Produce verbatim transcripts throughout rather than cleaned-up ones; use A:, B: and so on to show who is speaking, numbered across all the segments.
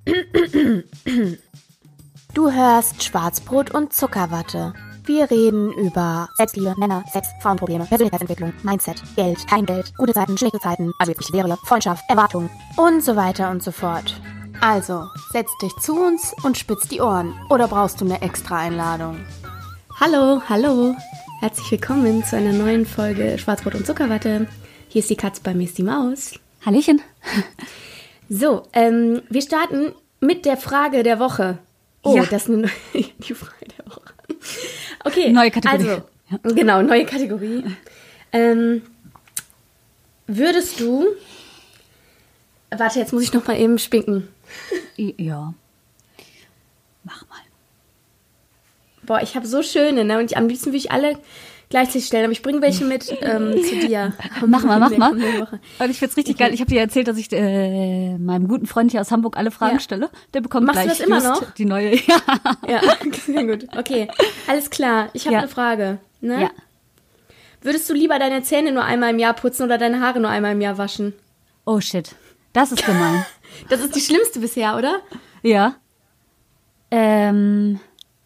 A: Du hörst Schwarzbrot und Zuckerwatte. Wir reden über Selbstliebe, Männer, Sex, Frauenprobleme, Persönlichkeitsentwicklung, Mindset, Geld, kein Geld, gute Zeiten, schlechte Zeiten, also jetzt nicht wäre, Freundschaft, Erwartungen und so weiter und so fort. Also, setz dich zu uns und spitz die Ohren. Oder brauchst du eine extra Einladung?
B: Hallo, hallo. Herzlich willkommen zu einer neuen Folge Schwarzbrot und Zuckerwatte. Hier ist die Katz, bei mir ist die Maus.
C: Hallöchen.
B: So, ähm, wir starten mit der Frage der Woche. Oh,
C: Ja.
B: das ist eine neue, die Frage der Woche. Okay,
C: Neue Kategorie.
B: Also, genau, neue Kategorie. Ähm, würdest du... Warte, jetzt muss ich noch mal eben spinken.
C: Ja. Mach mal.
B: Boah, ich habe so schöne, ne? Und ich, am liebsten würde ich alle gleichzeitig stellen, aber ich bringe welche mit ähm, zu dir.
C: Mach mal, mach
B: In der
C: mal.
B: kommenden Woche.
C: Und ich find's richtig geil. Ich habe dir erzählt, dass ich äh, meinem guten Freund hier aus Hamburg alle Fragen
B: Ja.
C: stelle. Der bekommt
B: Machst du
C: gleich
B: das immer
C: just
B: noch?
C: die neue. Ja.
B: Ja, sehr gut. Okay, alles klar. Ich habe
C: Ja.
B: eine Frage. Ne?
C: Ja.
B: Würdest du lieber deine Zähne nur einmal im Jahr putzen oder deine Haare nur einmal im Jahr waschen?
C: Oh shit. Das ist gemein.
B: Das ist die schlimmste bisher, oder?
C: Ja. Ähm.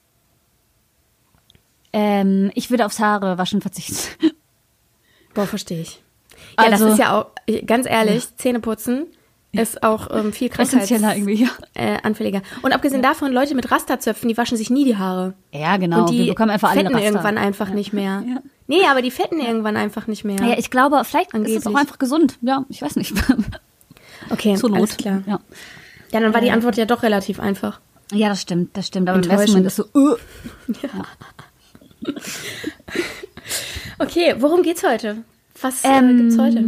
C: Ähm, ich würde aufs Haare waschen verzichten.
B: Boah, verstehe ich. Ja,
C: Also-
B: das ist ja auch, ganz ehrlich, Zähne putzen ist auch ähm, viel
C: Essentieller irgendwie, ja.
B: äh, anfälliger. Und abgesehen davon, Leute mit Rasterzöpfen, die waschen sich nie die Haare.
C: Ja, genau.
B: Und die
C: Wir bekommen einfach alle
B: fetten
C: Raster.
B: irgendwann einfach nicht mehr.
C: Ja.
B: Nee, aber die fetten irgendwann einfach nicht mehr.
C: Ja, ich glaube, vielleicht ist es auch
B: Angeblich.
C: einfach gesund. Ja, ich weiß nicht.
B: Okay,
C: Zur Not.
B: alles klar.
C: Ja.
B: Ja, dann war die Antwort ja doch relativ einfach.
C: Ja, das stimmt, das stimmt. Aber im ersten
B: Enttäuschend.
C: Moment ist so, uh.
B: Okay, worum geht's heute? Was äh,
C: Ähm,
B: gibt's heute?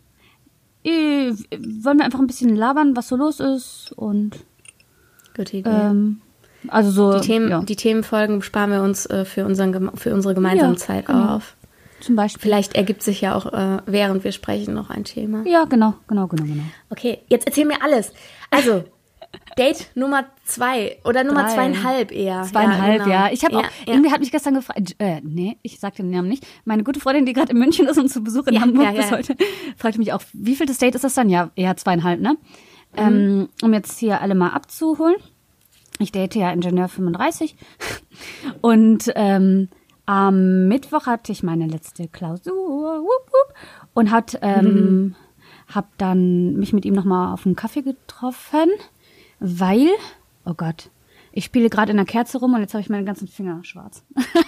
C: Äh, wollen wir einfach ein bisschen labern, was so los ist und
B: Gute Idee.
C: ähm, also so
B: die, Themen,
C: ja,
B: die Themenfolgen sparen wir uns äh, für, unseren, geme- für unsere gemeinsame
C: Ja,
B: Zeit
C: genau.
B: auf.
C: zum Beispiel.
B: Vielleicht ergibt sich ja auch, äh, während wir sprechen, noch ein Thema.
C: Ja, genau, genau, genau, genau.
B: Okay, jetzt erzähl mir alles. Also, Date Nummer zwei oder Nummer
C: Drei.
B: zweieinhalb eher.
C: Zweieinhalb,
B: ja.
C: ja.
B: Genau.
C: Ich habe auch,
B: ja, ja.
C: irgendwie hat mich gestern gefragt, äh, nee, ich sag den Namen nicht. Meine gute Freundin, die gerade in München ist und zu Besuch in
B: Ja,
C: Hamburg
B: ja, ja,
C: bis
B: ja.
C: heute, fragte mich auch, wie viel das Date ist das dann? Ja, eher zweieinhalb, ne?
B: Mhm.
C: Ähm, um jetzt hier alle mal abzuholen. Ich date ja Ingenieur fünfunddreißig und ähm, am Mittwoch hatte ich meine letzte Klausur wup, wup, und hat ähm,
B: Mhm.
C: hab dann mich mit ihm nochmal auf einen Kaffee getroffen, weil, oh Gott, ich spiele gerade in der Kerze rum und jetzt habe ich meine ganzen Finger schwarz.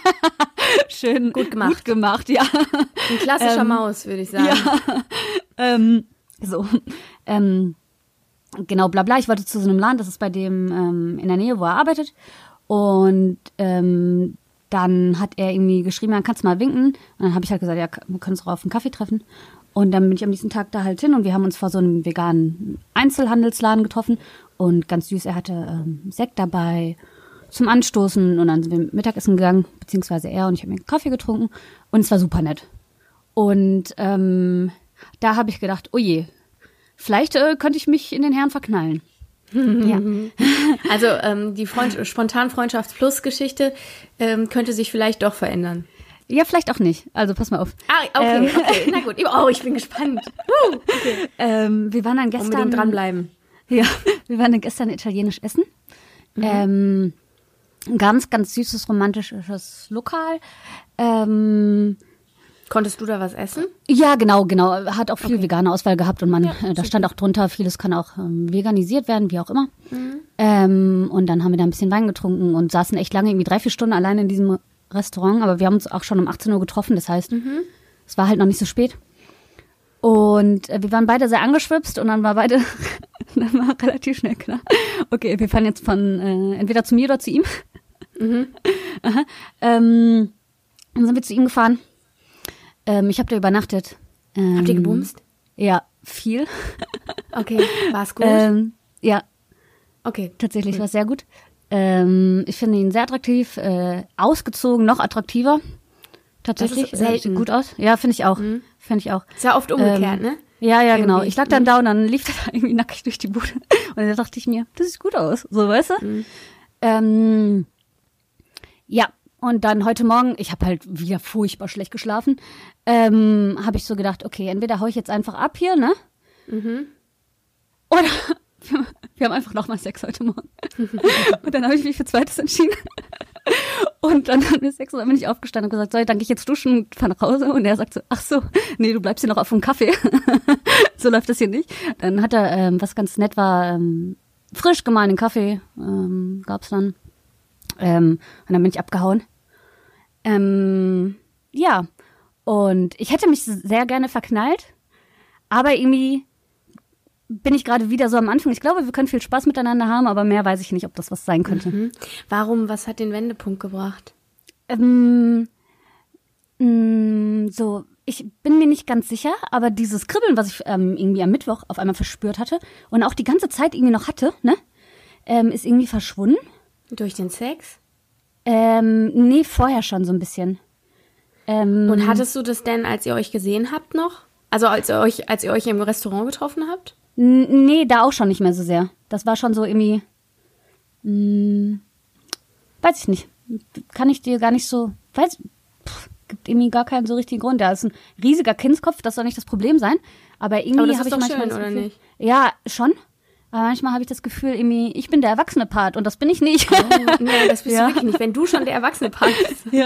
C: Schön.
B: Gut gemacht.
C: Gut gemacht, ja.
B: Ein klassischer
C: Ähm,
B: Maus, würde ich sagen.
C: Ja. ähm, so. Ähm, genau, bla bla. Ich wollte zu so einem Laden, das ist bei dem ähm, in der Nähe, wo er arbeitet. Und ähm, dann hat er irgendwie geschrieben, ja, kannst du mal winken. Und dann habe ich halt gesagt, ja, wir können uns auch auf einen Kaffee treffen. Und dann bin ich am nächsten Tag da halt hin und wir haben uns vor so einem veganen Einzelhandelsladen getroffen. Und ganz süß, er hatte ähm, Sekt dabei zum Anstoßen. Und dann sind wir Mittagessen gegangen, beziehungsweise er und ich habe mir einen Kaffee getrunken. Und es war super nett. Und ähm, da habe ich gedacht, oh je, vielleicht äh, könnte ich mich in den Herrn verknallen. Ja.
B: Also ähm, die Freund Spontan-Freundschafts-Plus-Geschichte ähm, könnte sich vielleicht doch verändern.
C: Ja, vielleicht auch nicht. Also pass mal auf.
B: Ah, okay,
C: Ähm.
B: okay, na gut. Oh, ich bin gespannt. Uh, okay.
C: Ähm, wir waren dann gestern.
B: Unbedingt dranbleiben.
C: Ja, wir waren dann gestern italienisch essen.
B: Mhm.
C: Ähm, ein ganz, ganz süßes, romantisches Lokal. Ähm,
B: Konntest du da was essen?
C: ja, genau, genau. Hat auch viel
B: Okay.
C: vegane Auswahl gehabt und man,
B: Ja,
C: äh, da
B: super.
C: stand auch drunter, vieles kann auch ähm, veganisiert werden, wie auch immer.
B: Mhm.
C: Ähm, und dann haben wir da ein bisschen Wein getrunken und saßen echt lange, irgendwie drei, vier Stunden alleine in diesem Restaurant. Aber wir haben uns auch schon um achtzehn Uhr getroffen, das heißt,
B: Mhm.
C: es war halt noch nicht so spät. Und äh, wir waren beide sehr angeschwipst und dann war beide, dann war relativ schnell klar, okay, wir fahren jetzt von äh, entweder zu mir oder zu ihm.
B: Mhm.
C: Aha. Ähm, dann sind wir zu ihm gefahren. Ähm, ich habe da übernachtet. Ähm,
B: Habt ihr gebumst?
C: Ja, viel.
B: Okay, war's gut?
C: Ähm, ja,
B: okay.
C: tatsächlich war es sehr gut. Ähm, ich finde ihn sehr attraktiv, äh, ausgezogen, noch attraktiver. Tatsächlich.
B: Das ist selten.
C: Äh, sieht gut aus. Ja, finde ich auch.
B: Mhm.
C: Finde ich auch.
B: Ist ja oft umgekehrt,
C: Ähm,
B: ne?
C: Ja, ja, genau.
B: Irgendwie.
C: Ich lag dann da und dann lief er da irgendwie nackig durch die Bude. Und dann dachte ich mir, das sieht gut aus. So, weißt du?
B: Mhm.
C: Ähm, ja, und dann heute Morgen, ich habe halt wieder furchtbar schlecht geschlafen, ähm, habe ich so gedacht, okay, entweder hau ich jetzt einfach ab hier, ne?
B: Mhm.
C: Oder wir haben einfach nochmal Sex heute Morgen. Und dann habe ich mich für zweites entschieden. Und dann haben wir Sex und dann bin ich aufgestanden und gesagt, so, dann gehe ich jetzt duschen und fahr nach Hause. Und er sagt so, ach so, nee, du bleibst hier noch auf dem Kaffee. So läuft das hier nicht. Dann hat er, ähm, was ganz nett war, ähm, frisch gemahlenen Kaffee ähm, gab's dann. Ähm, und dann bin ich abgehauen. Ähm, ja, und ich hätte mich sehr gerne verknallt, aber irgendwie bin ich gerade wieder so am Anfang. Ich glaube, wir können viel Spaß miteinander haben, aber mehr weiß ich nicht, ob das was sein könnte.
B: Mhm. Warum, was hat den Wendepunkt gebracht?
C: Ähm, mh, so, ich bin mir nicht ganz sicher, aber dieses Kribbeln, was ich ähm, irgendwie am Mittwoch auf einmal verspürt hatte und auch die ganze Zeit irgendwie noch hatte, ne, ähm, ist irgendwie verschwunden.
B: Durch den Sex?
C: Ähm, nee, vorher schon so ein bisschen. Ähm,
B: Und hattest du das denn, als ihr euch gesehen habt noch? Also als ihr euch, als ihr euch im Restaurant getroffen habt?
C: N- Nee, da auch schon nicht mehr so sehr. Das war schon so irgendwie, mh, weiß ich nicht. Kann ich dir gar nicht so, weiß, pff, gibt irgendwie gar keinen so richtigen Grund. Da ist ein riesiger Kindskopf, das soll nicht das Problem sein. Aber
B: Aber
C: irgendwie
B: das
C: habe
B: ist
C: ich
B: doch
C: manchmal
B: schön,
C: das
B: oder
C: Gefühl,
B: nicht?
C: ja, schon. Aber manchmal habe ich das Gefühl, irgendwie, ich bin der erwachsene Part und das bin ich nicht.
B: Oh, nee, das bist
C: Ja.
B: du wirklich nicht. Wenn du schon der erwachsene Part bist.
C: Ja.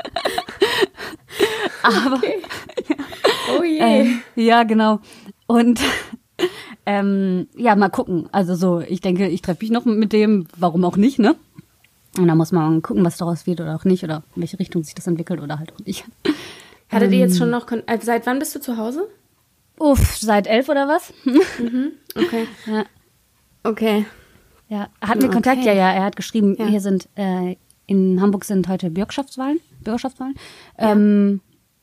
C: Aber,
B: Okay. Oh je.
C: ähm, ja, genau. Und ähm, ja, mal gucken. Also so, ich denke, ich treffe mich noch mit dem, warum auch nicht, ne? Und da muss man gucken, was daraus wird oder auch nicht oder in welche Richtung sich das entwickelt oder halt auch nicht.
B: Hattet ihr jetzt schon noch, Kon- also seit wann bist du zu Hause?
C: Uff, seit elf oder was?
B: Okay.
C: Ja.
B: Okay.
C: Ja, hatten wir
B: Okay.
C: Kontakt? Ja, ja, er hat geschrieben,
B: Ja.
C: hier sind, äh, in Hamburg sind heute Bürgerschaftswahlen, Bürgerschaftswahlen. Ähm,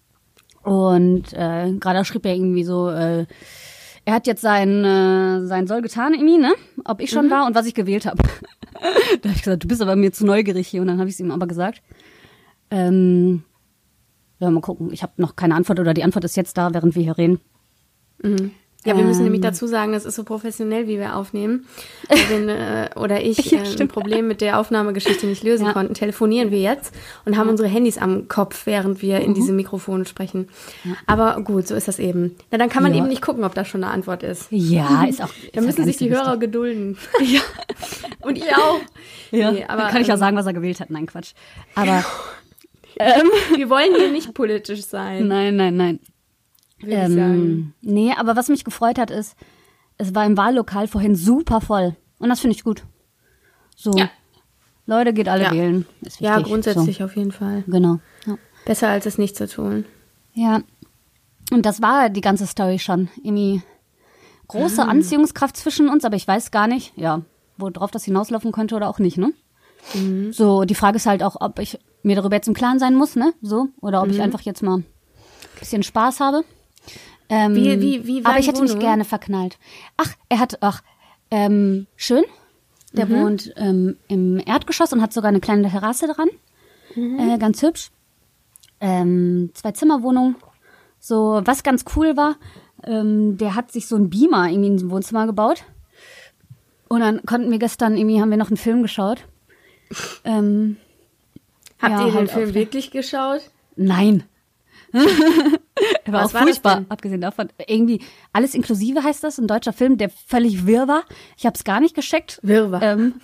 C: und äh, gerade schrieb er irgendwie so, äh, er hat jetzt sein, äh, sein Soll getan irgendwie, ne? Ob ich schon war und was ich gewählt habe. Da habe ich gesagt, du bist aber mir zu neugierig hier. Und dann habe ich es ihm aber gesagt. Ähm, ja, mal gucken. Ich habe noch keine Antwort oder die Antwort ist jetzt da, während wir hier reden.
B: Ja, wir müssen
C: Ähm.
B: nämlich dazu sagen, es ist so professionell, wie wir aufnehmen. Wenn, äh, oder ich
C: Ja,
B: äh, ein
C: stimmt.
B: Problem mit der Aufnahmegeschichte nicht lösen
C: Ja.
B: konnten, telefonieren wir jetzt und haben unsere Handys am Kopf, während wir
C: Mhm.
B: in diese Mikrofone sprechen. Aber gut, so ist das eben. Na, dann kann man
C: Ja.
B: eben nicht gucken, ob da schon eine Antwort ist.
C: Ja, ist auch.
B: Da müssen sich die Hörer gedulden.
C: Ja.
B: Und ich auch.
C: Ja,
B: Nee, aber,
C: dann kann ich auch
B: ähm,
C: sagen, was er gewählt hat. Nein, Quatsch. Aber
B: Wir wollen hier nicht politisch sein,
C: nein, nein, nein.
B: würde ich sagen.
C: Ähm, nee, aber was mich gefreut hat, ist, es war im Wahllokal vorhin super voll. Und das finde ich gut. So,
B: Ja.
C: Leute, geht alle
B: Ja.
C: wählen. Ist
B: Ja,
C: wichtig.
B: grundsätzlich auf jeden Fall.
C: So, genau. Ja.
B: Besser als es nicht zu tun.
C: ja. Und das war die ganze Story schon. Irgendwie große
B: Ah.
C: Anziehungskraft zwischen uns, aber ich weiß gar nicht, ja, worauf das hinauslaufen könnte oder auch nicht, ne?
B: Mhm.
C: So, die Frage ist halt auch, ob ich mir darüber jetzt im Klaren sein muss, ne? So, oder ob ich
B: Mhm.
C: einfach jetzt mal ein bisschen Spaß habe. Ähm,
B: Wie- wie- wie war
C: aber ich
B: die
C: hätte mich
B: Wohnung?
C: gerne verknallt. Ach, er hat, ach, ähm, schön. Der
B: Mhm.
C: wohnt ähm, im Erdgeschoss und hat sogar eine kleine Terrasse dran.
B: Mhm.
C: Äh, ganz hübsch. Ähm, zwei Zimmerwohnung. So, was ganz cool war, ähm, der hat sich so ein Beamer irgendwie ins Wohnzimmer gebaut. Und dann konnten wir gestern irgendwie, haben wir noch einen Film geschaut. Ähm,
B: Habt
C: Ja,
B: ihr den
C: halt
B: Film
C: auf-
B: wirklich geschaut?
C: Nein. Er war
B: Was
C: auch
B: war das
C: furchtbar,
B: denn?
C: abgesehen davon. Irgendwie alles inklusive heißt das, ein deutscher Film, der völlig wirr war. Ich habe es gar nicht gescheckt.
B: Wirrwarr.
C: Ähm,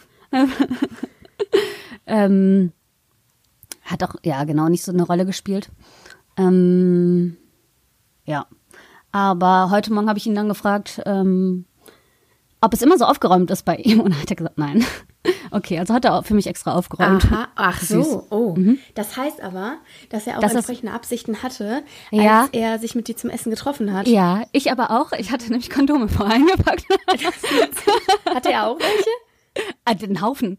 C: ähm, hat auch, ja genau, nicht so eine Rolle gespielt. Ähm, ja. Aber heute Morgen habe ich ihn dann gefragt, ähm, ob es immer so aufgeräumt ist bei ihm. Und dann hat er gesagt, nein. Okay, also hat er auch für mich extra aufgeräumt.
B: Aha, ach so,
C: Süß.
B: oh. Das heißt aber, dass er auch
C: Das ist-
B: entsprechende Absichten hatte, als
C: Ja.
B: er sich mit dir zum Essen getroffen hat.
C: Ja, ich aber auch. Ich hatte nämlich Kondome vorher eingepackt.
B: Hatte er auch welche?
C: Ah, den Haufen.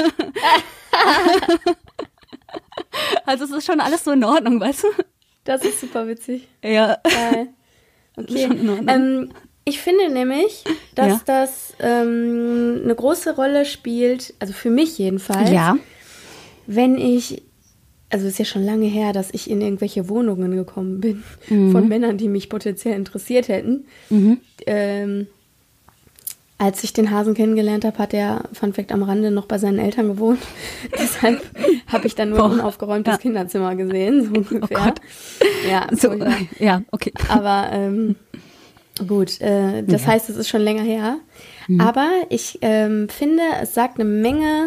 C: Also es ist schon alles so in Ordnung, weißt du?
B: Das ist super witzig.
C: Ja.
B: Geil. Okay.
C: Schon in Ordnung.
B: Ähm, ich finde nämlich, dass
C: Ja.
B: das ähm, eine große Rolle spielt, also für mich jedenfalls,
C: Ja.
B: wenn ich, also es ist ja schon lange her, dass ich in irgendwelche Wohnungen gekommen bin
C: Mhm.
B: von Männern, die mich potenziell interessiert hätten. Ähm, als ich den Hasen kennengelernt habe, hat er, Fun Fact am Rande, noch bei seinen Eltern gewohnt. Deshalb habe ich dann nur ein
C: Boah.
B: unaufgeräumtes
C: Ja.
B: Kinderzimmer gesehen, so ungefähr.
C: Gott.
B: Ja,
C: So,
B: furchtbar.
C: ja, okay.
B: Aber ähm, gut, äh, das
C: Ja.
B: heißt, es ist schon länger her. Mhm. Aber ich ähm, finde, es sagt eine Menge,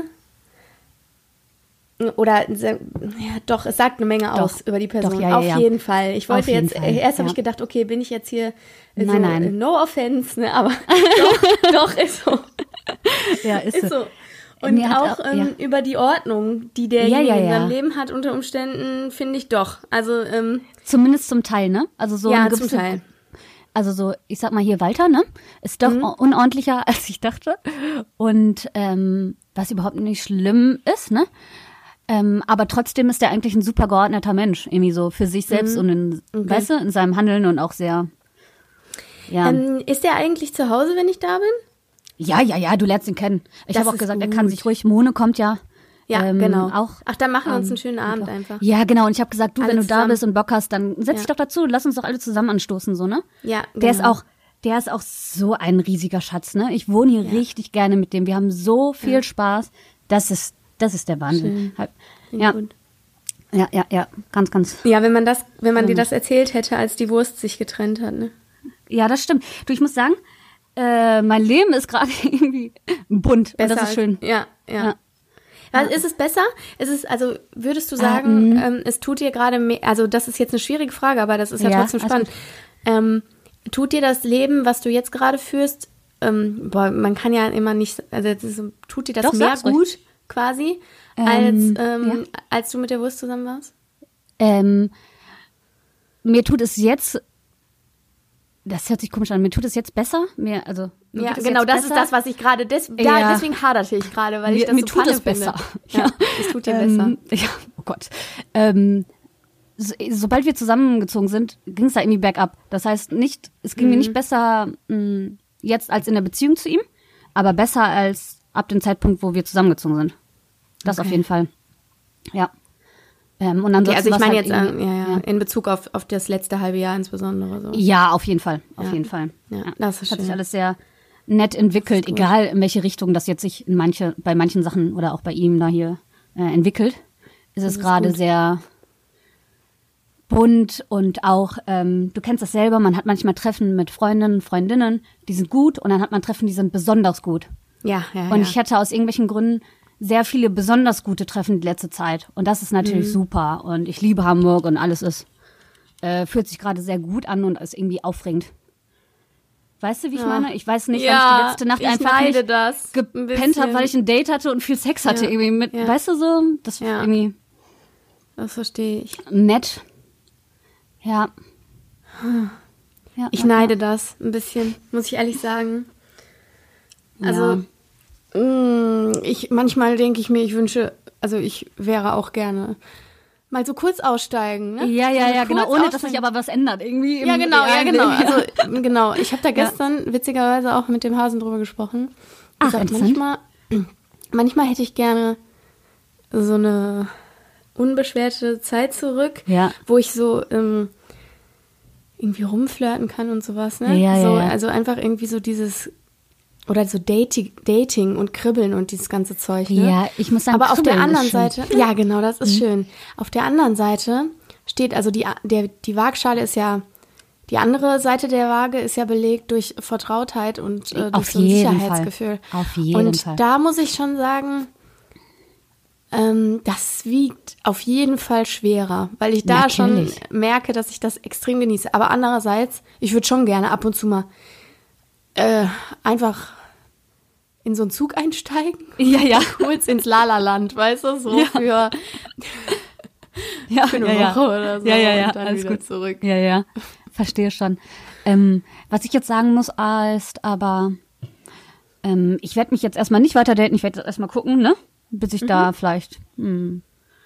B: oder ja, doch, es sagt eine Menge
C: Doch,
B: aus über die Person.
C: doch, ja, ja,
B: Auf
C: ja.
B: jeden Fall. Ich wollte
C: Auf jeden
B: jetzt,
C: Fall,
B: erst habe
C: ja.
B: ich gedacht, okay, bin ich jetzt hier äh, so,
C: Nein, nein.
B: äh, no offense, ne, aber doch, doch, ist so.
C: Ja, ist,
B: Ist
C: so.
B: so. Und
C: Mir hat
B: auch
C: auch-
B: ähm,
C: ja.
B: über die Ordnung, die derjenige
C: Ja, ja,
B: in seinem
C: ja.
B: Leben hat, unter Umständen, finde ich doch. Also, ähm,
C: Zumindest zum Teil, ne? Also so
B: ja,
C: eine
B: zum
C: gewisse,
B: Teil.
C: Also so, ich sag mal hier Walter, ne? Ist doch
B: Mhm.
C: unordentlicher, als ich dachte. Und ähm, was überhaupt nicht schlimm ist, ne? Ähm, aber trotzdem ist er eigentlich ein super geordneter Mensch, irgendwie so für sich selbst und in,
B: Okay.
C: weißt du, in seinem Handeln und auch sehr, ja.
B: Ähm, ist der eigentlich zu Hause, wenn ich da bin?
C: ja, ja, ja, du lernst ihn kennen. Ich
B: Das
C: habe auch
B: ist
C: gesagt, er
B: gut.
C: kann sich ruhig, Mone kommt ja.
B: Ja,
C: ähm,
B: genau.
C: Auch,
B: Ach, dann machen wir uns
C: ähm,
B: einen schönen Abend einfach.
C: Ja, genau. Und ich habe gesagt, du,
B: Alle
C: wenn du da
B: zusammen.
C: bist und Bock hast, dann setz dich
B: Ja.
C: doch dazu, lass uns doch alle zusammen anstoßen, so, ne?
B: Ja,
C: Der ist
B: genau.
C: auch, der ist auch so ein riesiger Schatz, ne? Ich wohne hier
B: Ja.
C: richtig gerne mit dem. Wir haben so viel
B: Ja.
C: Spaß. Das ist, das ist der Wahnsinn. Halt-
B: Finde
C: Ja,
B: ich gut.
C: ja, ja, ja, ganz, ganz.
B: Ja, wenn man das, wenn man dir
C: Mhm.
B: das erzählt hätte, als die Wurst sich getrennt hat, ne?
C: Ja, das stimmt. Du, ich muss sagen, äh, mein Leben ist gerade irgendwie bunt. Und das ist
B: als-
C: schön.
B: Ja, ja.
C: Ja.
B: Was, ist es besser? Ist es, also würdest du sagen,
C: mhm.
B: ähm, es tut dir gerade mehr, also das ist jetzt eine schwierige Frage, aber das ist ja,
C: Ja,
B: trotzdem
C: alles
B: spannend. Ähm, tut dir das Leben, was du jetzt gerade führst, ähm, boah, man kann ja immer nicht, also das ist, so- tut dir das
C: Doch,
B: mehr
C: sag's ruhig.
B: gut quasi,
C: Ähm,
B: als, ähm,
C: ja.
B: als du mit der Wurst zusammen warst?
C: Ähm, mir tut es jetzt, das hört sich komisch an, mir tut es jetzt besser. Mir, also, mir
B: Ja,
C: tut es
B: genau,
C: jetzt
B: das
C: besser.
B: ist das, was ich gerade, des, da,
C: Ja.
B: deswegen haderte ich gerade, weil ich
C: Mir-
B: das
C: mir
B: so
C: tut
B: Panne
C: es besser.
B: finde. Ja, es tut dir besser.
C: Ähm, ja, oh Gott. Ähm, so, sobald wir zusammengezogen sind, ging es da irgendwie bergab. Das heißt nicht, es ging
B: Mhm.
C: mir nicht besser mh, jetzt als in der Beziehung zu ihm, aber besser als ab dem Zeitpunkt, wo wir zusammengezogen sind. Das
B: Okay.
C: auf jeden Fall. Ja. Ähm, und
B: Okay,
C: ansonsten
B: also ich
C: war's
B: meine
C: halt
B: jetzt äh,
C: irgendwie-
B: ja, ja, in Bezug auf, auf das letzte halbe Jahr insbesondere. So.
C: Ja, auf jeden Fall. Auf
B: Ja.
C: jeden Fall.
B: Ja, das ist
C: hat sich
B: schön.
C: alles sehr nett entwickelt,
B: gut.
C: egal in welche Richtung das jetzt sich in manche, bei manchen Sachen oder auch bei ihm da hier äh, entwickelt, ist es
B: ist
C: gerade
B: gut.
C: sehr bunt und auch, ähm, du kennst das selber, man hat manchmal Treffen mit Freundinnen, Freundinnen, die sind gut und dann hat man Treffen, die sind besonders gut.
B: Ja, ja,
C: Und
B: ja.
C: ich hatte aus irgendwelchen Gründen sehr viele besonders gute Treffen die letzte Zeit. Und das ist
B: Mhm.
C: natürlich super. Und ich liebe Hamburg und alles ist, äh, fühlt sich gerade sehr gut an und ist irgendwie aufregend. Weißt du, wie ich
B: Ja.
C: meine? Ich weiß nicht, weil
B: Ja,
C: ich die letzte Nacht
B: ich
C: einfach
B: neide
C: nicht
B: das ein
C: gepennt
B: bisschen.
C: habe, weil ich ein Date hatte und viel Sex hatte
B: Ja.
C: irgendwie mit,
B: Ja.
C: weißt du so? Das war
B: Ja.
C: irgendwie
B: Das verstehe ich.
C: nett. Ja. Ja,
B: Ich
C: ja,
B: neide das ein bisschen, muss ich ehrlich sagen. Also, mh, ich manchmal denke ich mir, ich wünsche, also ich wäre auch gerne mal so kurz aussteigen, ne?
C: Ja, ja,
B: Also
C: ja, genau.
B: kurz
C: Ohne, dass sich
B: aussteigen.
C: aber was ändert irgendwie. im
B: Ja, genau, ja,
C: realen
B: genau.
C: Leben.
B: Also, genau. Ich habe da gestern witzigerweise auch mit dem Hasen drüber gesprochen.
C: Ach,
B: Gesagt,
C: interessant.
B: manchmal, manchmal hätte ich gerne so eine unbeschwerte Zeit zurück,
C: Ja.
B: wo ich so ähm, irgendwie rumflirten kann und sowas, ne?
C: Ja, ja,
B: so,
C: ja.
B: Also einfach irgendwie so dieses, oder so Dating, Dating und Kribbeln und dieses ganze Zeug, ne?
C: Ja, ich muss sagen,
B: Aber auf der
C: Kribbeln
B: anderen
C: ist schön.
B: Seite, ja genau, das ist schön. Auf der anderen Seite steht, also die, der, die Waagschale ist ja, die andere Seite der Waage ist ja belegt durch Vertrautheit und äh, durch
C: Auf
B: so ein
C: jeden
B: Sicherheitsgefühl.
C: Fall. Auf jeden
B: und
C: Fall.
B: da muss ich schon sagen, ähm, das wiegt auf jeden Fall schwerer, weil ich da
C: Natürlich.
B: schon merke, dass ich das extrem genieße. Aber andererseits, ich würde schon gerne ab und zu mal äh, einfach in so einen Zug einsteigen.
C: Ja, ja.
B: Kurz ins Lala-Land, weißt du, so
C: Ja.
B: für,
C: Ja,
B: für eine
C: ja, ja.
B: Woche oder so
C: Ja, ja, ja,
B: und dann
C: alles
B: wieder
C: gut.
B: zurück.
C: Ja, ja, verstehe schon. Ähm, was ich jetzt sagen muss, ist aber, ähm, ich werde mich jetzt erstmal nicht weiter daten, ich werde jetzt erstmal gucken, ne? Bis ich
B: Mhm.
C: da vielleicht hm,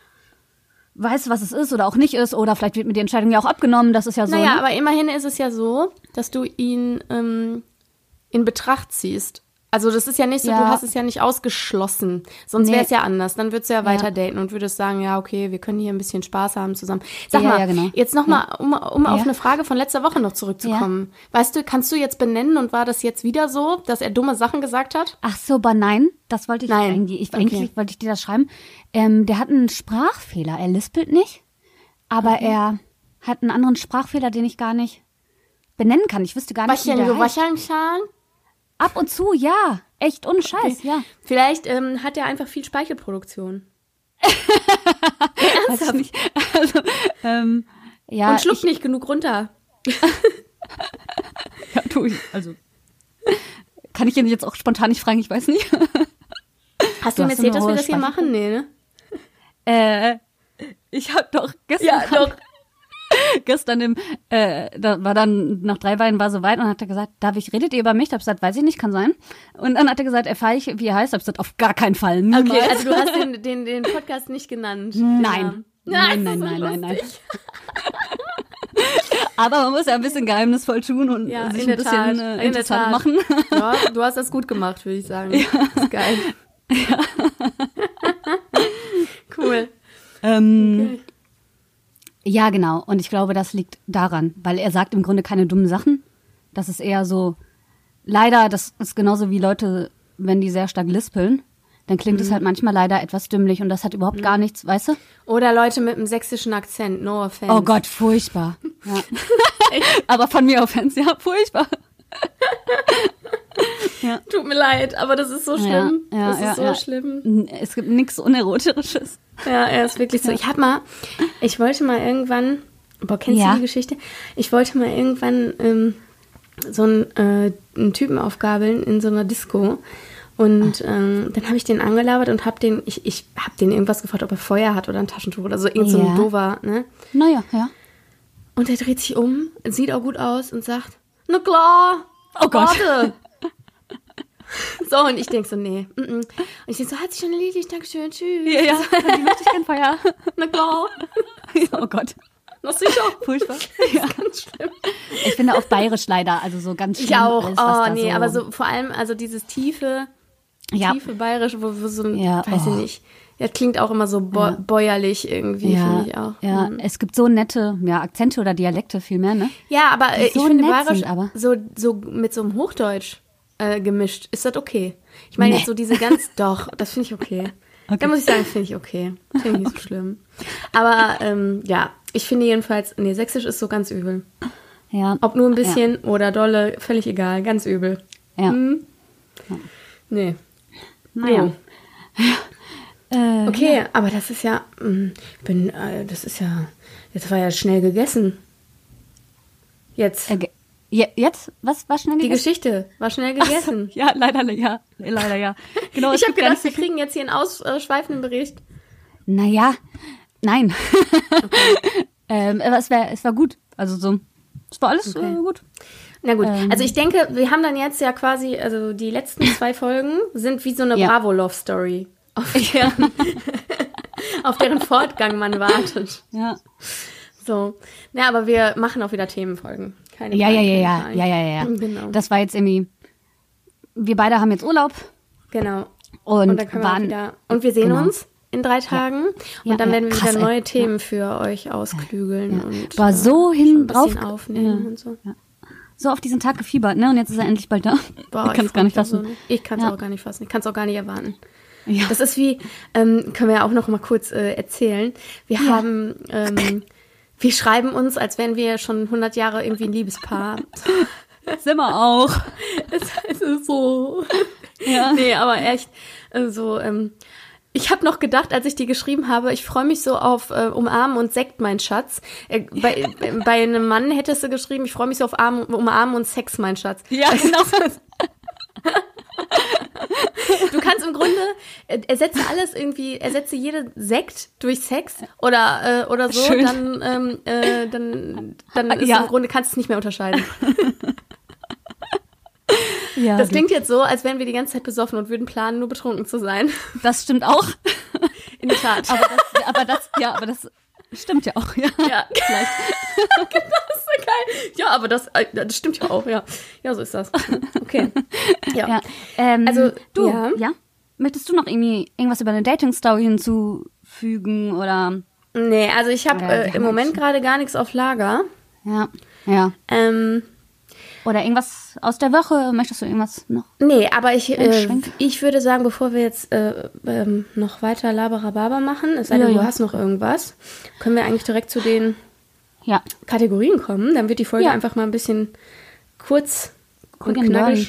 C: weiß, was es ist oder auch nicht ist, oder vielleicht wird mir die Entscheidung ja auch abgenommen, das ist ja so.
B: Naja,
C: ne?
B: aber immerhin ist es ja so, dass du ihn ähm, in Betracht ziehst. Also das ist ja nicht so,
C: Ja.
B: du hast es ja nicht ausgeschlossen. Sonst
C: Nee.
B: wäre es ja anders. Dann würdest du ja weiter
C: Ja.
B: daten und würdest sagen, ja, okay, wir können hier ein bisschen Spaß haben zusammen. Sag
C: Ja,
B: mal,
C: ja, genau.
B: jetzt nochmal, um, um auf
C: Ja.
B: eine Frage von letzter Woche noch zurückzukommen. Weißt du, kannst du jetzt benennen und war das jetzt wieder so, dass er dumme Sachen gesagt hat?
C: Ach so, aber nein, das wollte ich
B: Nein.
C: eigentlich, ich,
B: Okay.
C: eigentlich wollte ich dir das schreiben. Ähm, der hat einen Sprachfehler, er lispelt nicht, aber er hat einen anderen Sprachfehler, den ich gar nicht benennen kann. Ich wüsste gar nicht,
B: Was
C: wie
B: denn,
C: der
B: so
C: heißt.
B: Waschanschan?
C: Ab und zu, ja. Echt, ohne Scheiß,
B: Okay.
C: ja.
B: Vielleicht ähm, hat er einfach viel Speichelproduktion.
C: Weiß ich nicht. Also, ähm, ja.
B: Und schluckt
C: ich,
B: nicht genug runter.
C: ja, tu ich. Also, kann ich ihn jetzt auch spontan nicht fragen, ich weiß nicht.
B: Hast du,
C: Du
B: ihm
C: hast
B: erzählt,
C: eine
B: dass wir
C: hohe
B: das hier machen? Nee, ne?
C: Äh, ich hab doch gestern,
B: Ja, doch.
C: gestern im, äh, da war dann, nach drei Weinen war so weit und hat er gesagt, darf ich, redet ihr über mich? Da hab ich gesagt, weiß ich nicht, kann sein. Und dann hat er gesagt, erfahre ich, wie er heißt? Hab ich gesagt, auf gar keinen Fall. Niemals.
B: Okay, also du hast den, den, den Podcast nicht genannt.
C: Nein.
B: Ja.
C: Nein,
B: das
C: nein,
B: ist so
C: nein, nein, nein.
B: lustig.
C: Aber man muss ja ein bisschen geheimnisvoll tun und
B: Ja,
C: sich
B: in
C: ein
B: der
C: bisschen
B: Tat,
C: äh,
B: in der
C: interessant
B: Tat.
C: machen.
B: Ja, du hast das gut gemacht, würde ich sagen. Ja. Das ist geil. Ja. Cool.
C: Ähm,
B: Okay.
C: Ja, genau. Und ich glaube, das liegt daran, weil er sagt im Grunde keine dummen Sachen. Das ist eher so, leider, das ist genauso wie Leute, wenn die sehr stark lispeln, dann klingt
B: Mhm.
C: es halt manchmal leider etwas dümmlich und das hat überhaupt gar nichts, weißt du?
B: Oder Leute mit einem sächsischen Akzent, no offense.
C: Oh Gott, furchtbar. Ja. Aber von mir Offense, ja, furchtbar. ja.
B: Tut mir leid, aber das ist so schlimm.
C: Ja, ja,
B: das ist
C: ja,
B: so
C: ja.
B: schlimm.
C: Es gibt nichts Unerotisches.
B: Ja, er ist wirklich so. Ich hab mal, ich wollte mal irgendwann, boah, kennst
C: Ja.
B: du die Geschichte? Ich wollte mal irgendwann ähm, so einen, äh, einen Typen aufgabeln in so einer Disco. Und ähm, dann habe ich den angelabert und hab den, ich, ich hab den irgendwas gefragt, ob er Feuer hat oder ein Taschentuch oder so, irgend so ein
C: Ja.
B: Dover, ne?
C: Naja, ja.
B: Und er dreht sich um, sieht auch gut aus und sagt, na klar,
C: Oh Gott.
B: warte. So, und ich denk so, nee. Mm -mm. Und ich denk so, hat sich schon erledigt, dankeschön, tschüss.
C: Ja, ja, die möchte ich kein Feuer.
B: Na klar.
C: Oh Gott,
B: Na sicher.
C: furchtbar. Ja.
B: Ganz schlimm.
C: Ich finde auch bayerisch leider, also so ganz schlimm.
B: Ich auch.
C: Alles, was
B: Oh,
C: da
B: nee, aber so vor allem, also dieses tiefe,
C: Ja.
B: tiefe Bayerisch, wo, wo so, ein-
C: Ja,
B: weiß
C: oh.
B: ich nicht. Ja, klingt auch immer so bo
C: Ja.
B: bäuerlich irgendwie,
C: Ja,
B: finde ich auch.
C: ja,
B: Mhm.
C: es gibt so nette ja, Akzente oder Dialekte vielmehr, ne?
B: Ja, aber äh,
C: Die
B: ich
C: so
B: finde
C: nett
B: Bayerisch
C: sind, aber.
B: so, so mit so einem Hochdeutsch äh, gemischt, ist das okay? Ich meine
C: Nee.
B: jetzt so diese ganz, doch, das finde ich okay.
C: Okay.
B: Da muss ich sagen, finde ich okay. Finde ich nicht so schlimm. Aber ähm, ja, ich finde jedenfalls, nee, Sächsisch ist so ganz übel.
C: Ja.
B: Ob nur ein bisschen oder dolle, völlig egal, ganz übel.
C: Ja.
B: Hm? Nee.
C: Naja.
B: So.
C: Äh,
B: Okay, aber das ist ja, mh, ich bin, äh, das ist ja, jetzt war ja schnell gegessen. Jetzt.
C: Äh, ge- je- jetzt? Was war schnell
B: Die
C: gegessen?
B: Geschichte war schnell gegessen.
C: Ja, leider, ja. Leider, ja. Genau, es
B: Ich habe
C: gibt gar
B: gedacht,
C: nicht
B: wir kriegen jetzt hier einen ausschweifenden Bericht.
C: Naja, nein. ähm, aber es, wär, es war gut. Also so, es war alles
B: Okay.
C: äh, gut.
B: Na gut,
C: Ähm.
B: also ich denke, wir haben dann jetzt ja quasi, also die letzten zwei Folgen sind wie so eine
C: Ja.
B: Bravo-Love-Story, auf deren, auf deren Fortgang man wartet.
C: Ja.
B: So, na, aber wir machen auch wieder Themenfolgen. Keine
C: Ja, ja,
B: Frage,
C: ja,
B: keine
C: ja,
B: Frage.
C: ja, ja, ja.
B: Genau.
C: Das war jetzt irgendwie, wir beide haben jetzt Urlaub
B: Genau.
C: und,
B: Und dann können wir auch
C: waren,
B: wieder, und wir sehen
C: genau.
B: uns in drei Tagen
C: Ja,
B: und dann
C: ja,
B: werden wir
C: krass,
B: wieder
C: ey.
B: neue Themen für euch ausklügeln
C: Ja.
B: und
C: War so
B: äh,
C: hin
B: schon ein
C: drauf
B: bisschen aufnehmen
C: ja.
B: und so.
C: so auf diesen Tag gefiebert, ne? Und jetzt ist er endlich bald da.
B: Boah,
C: ich kann es
B: freu
C: gar nicht
B: mich da
C: fassen.
B: so. Ich kann es
C: Ja.
B: auch gar nicht fassen. Ich kann es auch gar nicht erwarten.
C: Ja.
B: Das ist wie, ähm, können wir ja auch noch mal kurz äh, erzählen. Wir
C: Ja.
B: haben, ähm, wir schreiben uns, als wären wir schon hundert Jahre irgendwie ein Liebespaar.
C: Sind wir auch.
B: Es ist so.
C: Ja.
B: Nee, aber echt, äh, so, ähm, ich habe noch gedacht, als ich die geschrieben habe, ich freue mich so auf äh, Umarmen und Sekt, mein Schatz. Äh, bei, äh, bei einem Mann hättest du geschrieben, ich freue mich so auf Arm, Umarmen und Sex, mein Schatz.
C: Ja, genau.
B: Du kannst im Grunde, äh, ersetze alles irgendwie, ersetze jede Sekt durch Sex oder, äh, oder so,
C: Schön.
B: dann, ähm, äh, dann, dann ist
C: Ja.
B: im Grunde, kannst du es nicht mehr unterscheiden.
C: Ja,
B: Das
C: du-
B: klingt jetzt so, als wären wir die ganze Zeit besoffen und würden planen, nur betrunken zu sein.
C: das stimmt auch.
B: In der Tat.
C: Aber das, aber das, ja, aber das stimmt ja auch, ja.
B: Ja,
C: Vielleicht.
B: das ist so geil. Ja, aber das, äh, das stimmt ja auch, ja. Ja, so ist das. Okay. Ja.
C: Ja. Ähm,
B: Also,
C: du,
B: ja.
C: ja. Möchtest du noch irgendwie irgendwas über eine Dating-Story hinzufügen oder?
B: Nee, also ich habe
C: Ja, wir
B: äh,
C: haben
B: im Moment
C: schon-
B: gerade gar nichts auf Lager.
C: Ja, ja.
B: Ähm,
C: Oder irgendwas aus der Woche? Möchtest du irgendwas noch?
B: nee, aber ich, äh,
C: Einschränk.
B: ich würde sagen, bevor wir jetzt äh, ähm, noch weiter Laberababa machen, es sei
C: Ja,
B: denn, du
C: ja.
B: hast noch irgendwas, können wir eigentlich direkt zu den
C: Ja.
B: Kategorien kommen. Dann wird die Folge
C: Ja.
B: einfach mal ein bisschen kurz
C: Quick
B: und
C: and
B: knackig.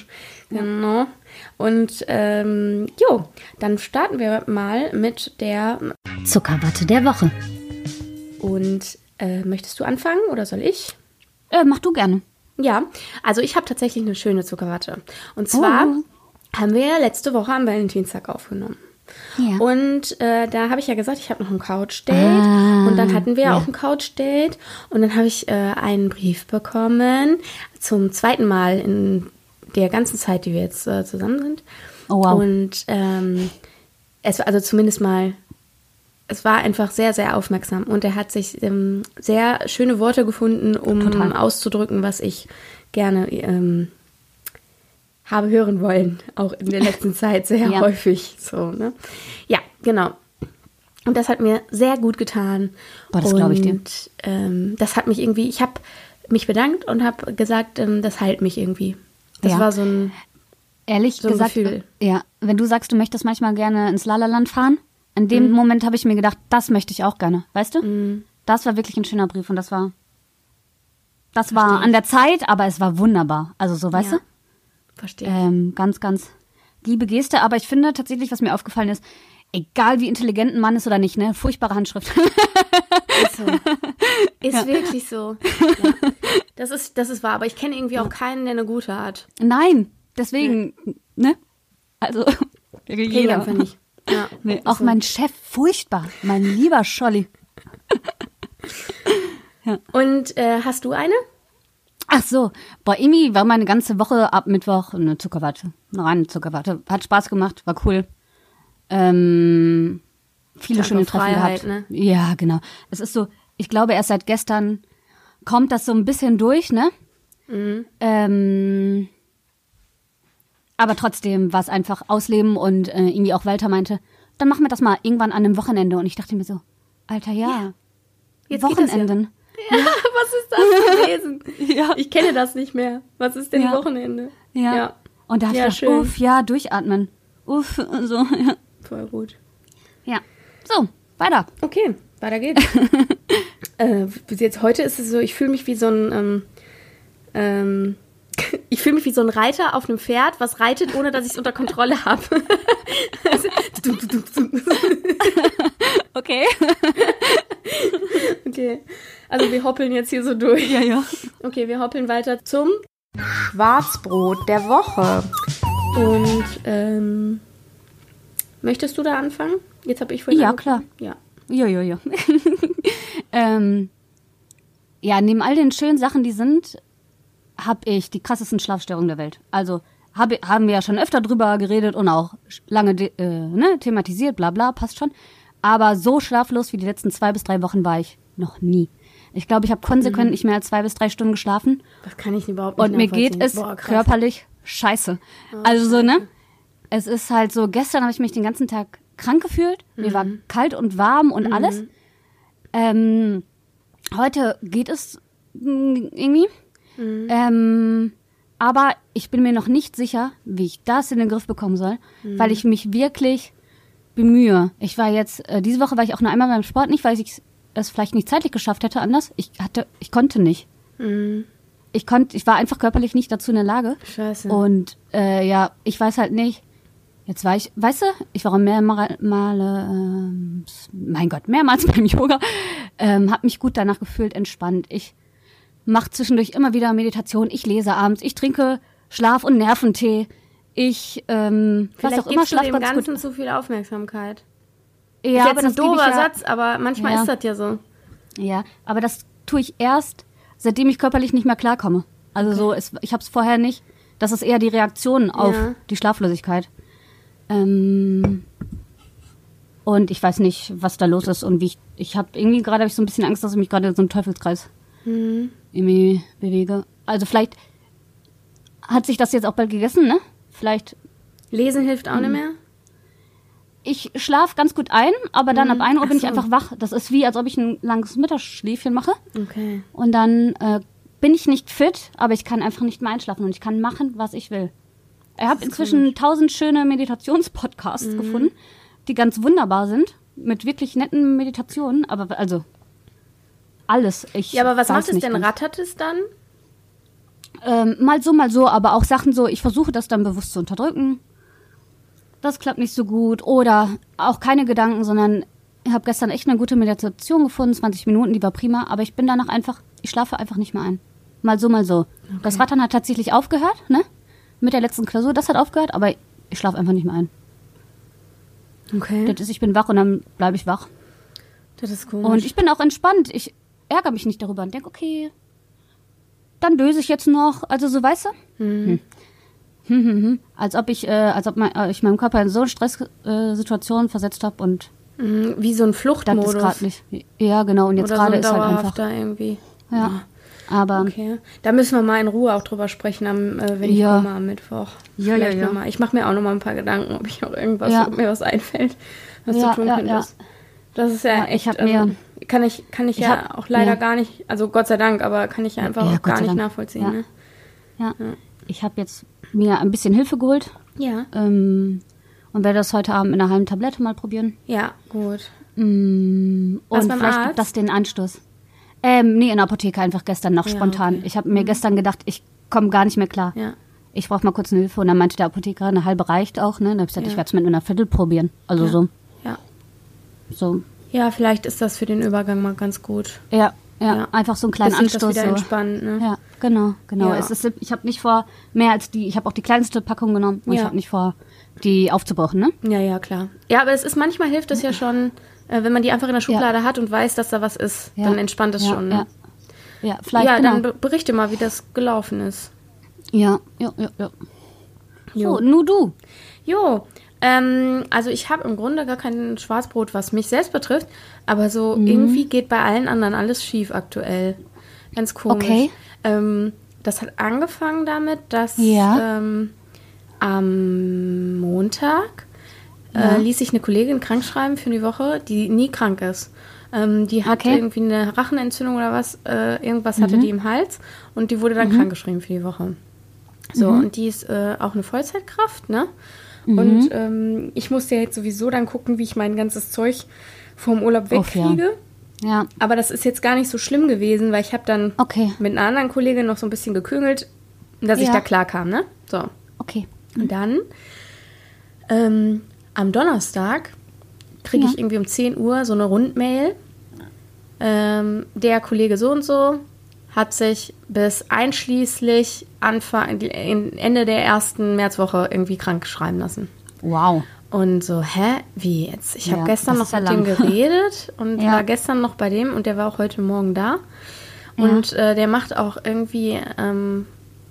B: Genau. Und ähm, jo, dann starten wir mal mit der
C: Zuckerwatte der Woche.
B: Und äh, möchtest du anfangen oder soll ich?
C: Äh, mach du gerne.
B: Ja, also ich habe tatsächlich eine schöne Zuckerwatte. Und zwar
C: Oh.
B: haben wir ja letzte Woche am Valentinstag aufgenommen.
C: Ja.
B: Und äh, da habe ich ja gesagt, ich habe noch ein Couch-Date.
C: Ah,
B: und dann hatten wir ja
C: ja.
B: auch ein Couch-Date. Und dann habe ich äh, einen Brief bekommen, zum zweiten Mal in der ganzen Zeit, die wir jetzt äh, zusammen sind.
C: Oh, wow.
B: Und ähm, es war also zumindest mal, es war einfach sehr, sehr aufmerksam. Und er hat sich ähm, sehr schöne Worte gefunden, um
C: Total.
B: auszudrücken, was ich gerne ähm, habe hören wollen, auch in der letzten Zeit sehr
C: Ja.
B: häufig. So, ne? Ja, genau. Und das hat mir sehr gut getan.
C: Boah, das glaub ich dir.
B: Und ähm, das hat mich irgendwie, ich habe mich bedankt und habe gesagt, ähm, das heilt mich irgendwie. Das
C: Ja.
B: war so ein,
C: Ehrlich
B: so ein
C: gesagt,
B: Gefühl.
C: ja, wenn du sagst, du möchtest manchmal gerne ins Lalaland fahren, in dem
B: Mhm.
C: Moment habe ich mir gedacht, das möchte ich auch gerne, weißt du? Das war wirklich ein schöner Brief und das war, das war
B: Verstehe
C: an der Zeit, aber es war wunderbar. Also so, weißt
B: ja,
C: du?
B: verstehe.
C: Ähm, ganz, ganz liebe Geste. Aber ich finde tatsächlich, was mir aufgefallen ist, egal wie intelligent ein Mann ist oder nicht, ne, furchtbare Handschrift.
B: Ist so. Ist wirklich so. Ja. Das ist, das ist wahr, aber ich kenne irgendwie auch keinen, der eine gute hat.
C: Nein, deswegen, ne? Also,
B: Kenn ich
C: jeder.
B: einfach nicht. Ja,
C: Nee,
B: ist
C: auch
B: so.
C: mein Chef, furchtbar. Mein lieber Scholli.
B: Und äh, hast du eine?
C: Ach so, boah, Imi war meine ganze Woche ab Mittwoch eine Zuckerwatte. Eine reine Zuckerwatte. Hat Spaß gemacht, war cool. Ähm, viele
B: Ja,
C: schöne
B: einfach
C: Treffen
B: Freiheit,
C: gehabt.
B: ne?
C: Ja, genau. Es ist so, ich glaube, erst seit gestern kommt das so ein bisschen durch, ne?
B: Mhm.
C: Ähm, aber trotzdem war es einfach ausleben und äh, irgendwie auch Walter meinte, dann machen wir das mal irgendwann an einem Wochenende. Und ich dachte mir so, Alter, ja,
B: Jetzt geht das ja.
C: Wochenenden.
B: Ja, was ist das gewesen?
C: Ja.
B: Ich kenne das nicht mehr. Was ist denn
C: Ja.
B: Wochenende?
C: Ja.
B: Ja.
C: Und da hab ich
B: Ja,
C: gedacht,
B: schön.
C: uff, ja, durchatmen. Uff, und so, ja.
B: Voll gut.
C: Ja. So, weiter.
B: Okay, weiter geht's. äh, bis jetzt heute ist es so, ich fühle mich wie so ein, ähm, ähm, ich fühle mich wie so ein Reiter auf einem Pferd, was reitet, ohne dass ich es unter Kontrolle habe.
C: Okay.
B: Okay, also wir hoppeln jetzt hier so durch.
C: Ja, ja.
B: Okay, wir hoppeln weiter zum Schwarzbrot der Woche. Und ähm, möchtest du da anfangen? Jetzt habe ich vorhin
C: Ja,
B: angefangen.
C: klar.
B: Ja.
C: Ja, ja, ja. ähm, ja, neben all den schönen Sachen, die sind, habe ich die krassesten Schlafstörungen der Welt. Also hab, haben wir ja schon öfter drüber geredet und auch lange de, äh, ne, thematisiert, bla bla, passt schon. Aber so schlaflos wie die letzten zwei bis drei Wochen war ich noch nie. Ich glaube, ich habe konsequent
B: Mhm.
C: nicht mehr als zwei bis drei Stunden geschlafen.
B: Das kann ich überhaupt nicht
C: Und mir geht
B: nachvollziehen.
C: es
B: Boah, krass.
C: körperlich scheiße. also so, ne? Es ist halt so, gestern habe ich mich den ganzen Tag krank gefühlt. Mir war kalt und warm und alles. Ähm, heute geht es mh, irgendwie. Ähm, aber ich bin mir noch nicht sicher, wie ich das in den Griff bekommen soll, weil ich mich wirklich bemühe. Ich war jetzt, äh, diese Woche war ich auch nur einmal beim Sport, nicht weil ich es vielleicht nicht zeitlich geschafft hätte anders. Ich hatte, ich konnte nicht. Ich konnte, ich war einfach körperlich nicht dazu in der Lage.
B: Scheiße.
C: Und äh, ja, ich weiß halt nicht. Jetzt war ich, weißt du, ich war auch mehr Male, Male ähm, mein Gott, mehrmals beim Yoga, ähm, habe mich gut danach gefühlt, entspannt. Ich mache zwischendurch immer wieder Meditation. Ich lese abends, ich trinke Schlaf- und Nerventee. Ich, ähm, was
B: Vielleicht
C: auch immer,
B: gibst du
C: schlaf
B: dem
C: ganz
B: Ganzen
C: gut.
B: zu viel Aufmerksamkeit.
C: Ja,
B: ist jetzt
C: aber
B: ein
C: das gebe
B: doofer
C: ich ja,
B: Satz, aber manchmal
C: Ja.
B: ist das ja so.
C: Ja, aber das tue ich erst, seitdem ich körperlich nicht mehr klarkomme. Also so, es, ich habe es vorher nicht. Das ist eher die Reaktion auf
B: Ja.
C: die Schlaflosigkeit. Ähm, und ich weiß nicht, was da los ist und wie ich. Ich habe irgendwie gerade hab ich so ein bisschen Angst, dass ich mich gerade in so einem Teufelskreis
B: Mhm.
C: irgendwie bewege. Also vielleicht hat sich das jetzt auch bald gegessen, ne? Vielleicht.
B: Lesen hilft auch
C: Mhm.
B: nicht mehr.
C: Ich schlafe ganz gut ein, aber dann ab ein Uhr
B: Ach
C: bin ich
B: so.
C: einfach wach. Das ist wie, als ob ich ein langes Mittagsschläfchen mache.
B: Okay.
C: Und dann äh, bin ich nicht fit, aber ich kann einfach nicht mehr einschlafen und ich kann machen, was ich will. Ich habe inzwischen tausend schöne Meditationspodcasts
B: Mhm.
C: gefunden, die ganz wunderbar sind, mit wirklich netten Meditationen, aber also alles. Ich
B: Ja, aber was
C: weiß
B: macht es
C: nicht
B: denn?
C: ganz.
B: Rattert es dann?
C: Ähm, mal so, mal so, aber auch Sachen so, ich versuche das dann bewusst zu unterdrücken. Das klappt nicht so gut. Oder auch keine Gedanken, sondern ich habe gestern echt eine gute Meditation gefunden, zwanzig Minuten, die war prima, aber ich bin danach einfach, ich schlafe einfach nicht mehr ein. Mal so, mal so. Okay. Das Rattern hat tatsächlich aufgehört, ne? Mit der letzten Klausur, das hat aufgehört, aber ich schlafe einfach nicht mehr ein.
B: Okay.
C: Das ist, ich bin wach und dann bleibe ich wach.
B: Das ist komisch.
C: Und ich bin auch entspannt. Ich ärgere mich nicht darüber und denke, okay, dann döse ich jetzt noch. Also so, weißt du? Mhm. Hm. Hm, hm, hm. Als ob ich, äh, als ob mein, äh, ich meinem Körper in so eine Stresssituation äh, versetzt habe und
B: mhm, wie so ein Fluchtmodus.
C: Das ist gerade nicht. Ja, genau. Und jetzt gerade
B: so ein
C: ist halt einfach.
B: irgendwie.
C: Ja. ja. Aber.
B: Okay. Da müssen wir mal in Ruhe auch drüber sprechen, am, äh, wenn ich
C: ja.
B: komme am Mittwoch.
C: Ja, Vielleicht ja, ja.
B: Mal. Ich mache mir auch noch mal ein paar Gedanken, ob ich auch irgendwas,
C: ja.
B: ob mir was einfällt, was
C: ja,
B: du tun
C: ja,
B: könntest. Ja. Das ist ja, ja echt.
C: Ich hab mir,
B: ähm, kann ich, kann ich, ich ja hab, auch leider ja. gar nicht, also Gott sei Dank, aber kann ich ja einfach
C: ja,
B: auch gar nicht
C: Dank.
B: nachvollziehen.
C: Ja.
B: Ne?
C: Ja. ja. Ich habe jetzt mir ein bisschen Hilfe geholt.
B: Ja.
C: Ähm, und werde das heute Abend in einer halben Tablette mal probieren.
B: Ja, gut.
C: Mm,
B: Was
C: und
B: beim
C: vielleicht
B: Arzt?
C: gibt das den Anstoß. Ähm, nee, in der Apotheke einfach gestern noch
B: ja,
C: spontan.
B: Okay.
C: Ich habe mir gestern gedacht, ich komme gar nicht mehr klar.
B: Ja.
C: Ich brauche mal kurz eine Hilfe. Und dann meinte der Apotheker, eine halbe reicht auch. Ne? Dann habe ich gesagt, ja. ich werde es mit einer Viertel probieren. Also
B: ja.
C: so.
B: Ja.
C: So.
B: Ja, vielleicht ist das für den Übergang mal ganz gut.
C: Ja, ja, ja. einfach so einen kleinen
B: Bisschen
C: Anstoß.
B: Das wieder
C: so.
B: entspannt, ne?
C: Ja, genau, genau.
B: Ja.
C: Es ist, ich habe nicht vor, mehr als die, ich habe auch die kleinste Packung genommen und
B: ja.
C: ich habe nicht vor, die aufzubrauchen, ne?
B: Ja, ja, klar. Ja, aber es ist manchmal hilft es ja schon, äh, wenn man die einfach in der Schublade ja. hat und weiß, dass da was ist, ja. dann entspannt es
C: ja,
B: schon. Ne?
C: Ja, ja, vielleicht,
B: ja
C: genau.
B: dann berichte mal, wie das gelaufen ist.
C: Ja, ja, ja, ja.
B: Jo.
C: So, nur du.
B: Jo, ähm, also ich habe im Grunde gar kein Schwarzbrot, was mich selbst betrifft, aber so mhm. irgendwie geht bei allen anderen alles schief aktuell. Ganz komisch.
C: Okay.
B: Ähm, das hat angefangen damit, dass
C: ja.
B: ähm, am Montag
C: ja.
B: äh, ließ sich eine Kollegin krank schreiben für die Woche, die nie krank ist. Ähm, die hat
C: okay.
B: irgendwie eine Rachenentzündung oder was, äh, irgendwas
C: mhm.
B: hatte die im Hals und die wurde dann mhm. krankgeschrieben für die Woche. So,
C: mhm.
B: und die ist äh, auch eine Vollzeitkraft, ne?
C: Mhm.
B: Und ähm, ich musste ja jetzt sowieso dann gucken, wie ich mein ganzes Zeug vom Urlaub wegkriege.
C: Ja. ja.
B: Aber das ist jetzt gar nicht so schlimm gewesen, weil ich habe dann
C: okay.
B: mit einer anderen Kollegin noch so ein bisschen geküngelt, dass ja. ich da klar kam, ne? So.
C: Okay.
B: Mhm. Und dann ähm, am Donnerstag kriege
C: ja.
B: ich irgendwie um zehn Uhr so eine Rundmail. Ähm, der Kollege so und so hat sich bis einschließlich Anfang, Ende der ersten Märzwoche irgendwie krank schreiben lassen.
C: Wow.
B: Und so, hä, wie jetzt? Ich ja, habe gestern noch
C: ja
B: mit dem geredet und ja. war gestern noch bei dem und der war auch heute Morgen da. Ja. Und äh, der macht auch irgendwie, ähm,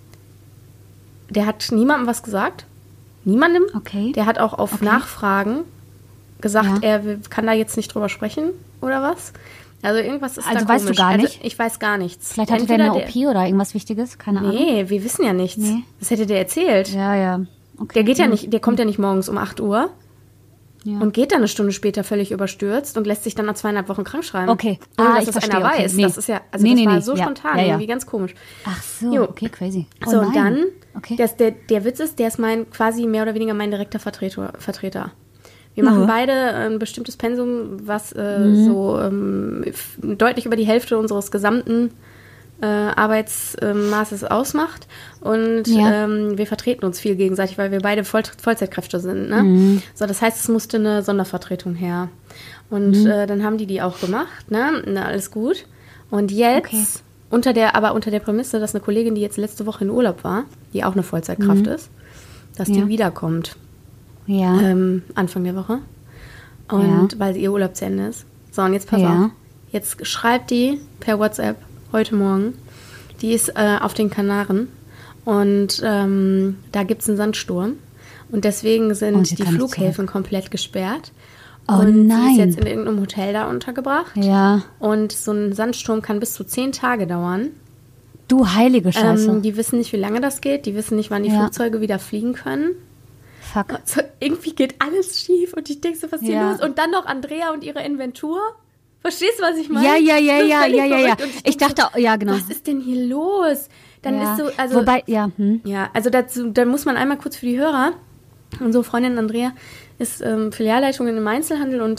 B: der hat niemandem was gesagt. Niemandem.
C: Okay.
B: Der hat auch auf
C: okay.
B: Nachfragen gesagt,
C: ja.
B: er kann da jetzt nicht drüber sprechen oder was. Also irgendwas ist
C: also
B: da
C: weißt
B: komisch.
C: du gar nicht?
B: Also ich weiß gar nichts.
C: Vielleicht hatte der eine O P oder irgendwas Wichtiges? Keine Ahnung.
B: Nee, wir wissen ja nichts. Nee. Das hätte der erzählt.
C: Ja, ja. Okay.
B: Der geht ja nicht, der kommt ja nicht morgens um acht Uhr
C: ja.
B: und geht dann eine Stunde später völlig überstürzt und lässt sich dann nach zweieinhalb Wochen krank schreiben.
C: Okay.
B: Ohne,
C: ah,
B: dass
C: ich
B: das
C: verstehe.
B: einer
C: Okay.
B: weiß.
C: Nee.
B: Das ist ja, also
C: nee,
B: das
C: nee,
B: war
C: nee.
B: so
C: ja.
B: spontan,
C: ja, ja.
B: irgendwie ganz komisch.
C: Ach so,
B: jo.
C: okay, crazy. Oh,
B: so,
C: nein.
B: und dann,
C: okay.
B: das, der, der Witz ist, der ist mein, quasi mehr oder weniger mein direkter Vertreter. Vertreter. Wir machen mhm. beide ein bestimmtes Pensum, was äh, mhm. so ähm, deutlich über die Hälfte unseres gesamten äh, Arbeitsmaßes ausmacht. Und
C: ja.
B: ähm, wir vertreten uns viel gegenseitig, weil wir beide Voll- Vollzeitkräfte sind. Ne?
C: Mhm.
B: So, das heißt, es musste eine Sondervertretung her. Und
C: mhm.
B: äh, dann haben die die auch gemacht. Ne? Na, alles gut. Und jetzt, okay. unter der, aber unter der Prämisse, dass eine Kollegin, die jetzt letzte Woche in Urlaub war, die auch eine Vollzeitkraft
C: mhm. ist,
B: dass
C: ja.
B: die wiederkommt.
C: Ja.
B: Ähm, Anfang der Woche. Und
C: ja.
B: weil ihr Urlaub zu Ende ist. So, und jetzt pass
C: ja.
B: auf. Jetzt schreibt die per WhatsApp heute Morgen. Die ist äh, auf den Kanaren. Und ähm, da gibt es einen Sandsturm. Und deswegen sind
C: und
B: die Flughäfen komplett gesperrt.
C: Oh
B: und
C: nein.
B: sie ist jetzt in irgendeinem Hotel da untergebracht.
C: Ja.
B: Und so ein Sandsturm kann bis zu zehn Tage dauern.
C: Du heilige Scheiße.
B: Ähm, die wissen nicht, wie lange das geht. Die wissen nicht, wann die ja. Flugzeuge wieder fliegen können.
C: Fuck.
B: Also, irgendwie geht alles schief und ich denke so, was ist
C: ja.
B: hier los? Und dann noch Andrea und ihre Inventur. Verstehst du, was ich meine?
C: Ja, ja, ja, ja, ja, ja, ja.
B: Ich,
C: ich dachte, so, ja, genau.
B: Was ist denn hier los? Dann
C: ja.
B: ist so, also.
C: Wobei, ja. Hm.
B: Ja, also dazu, dann muss man einmal kurz für die Hörer. Unsere Freundin Andrea ist ähm, Filialleitung in einem Einzelhandel und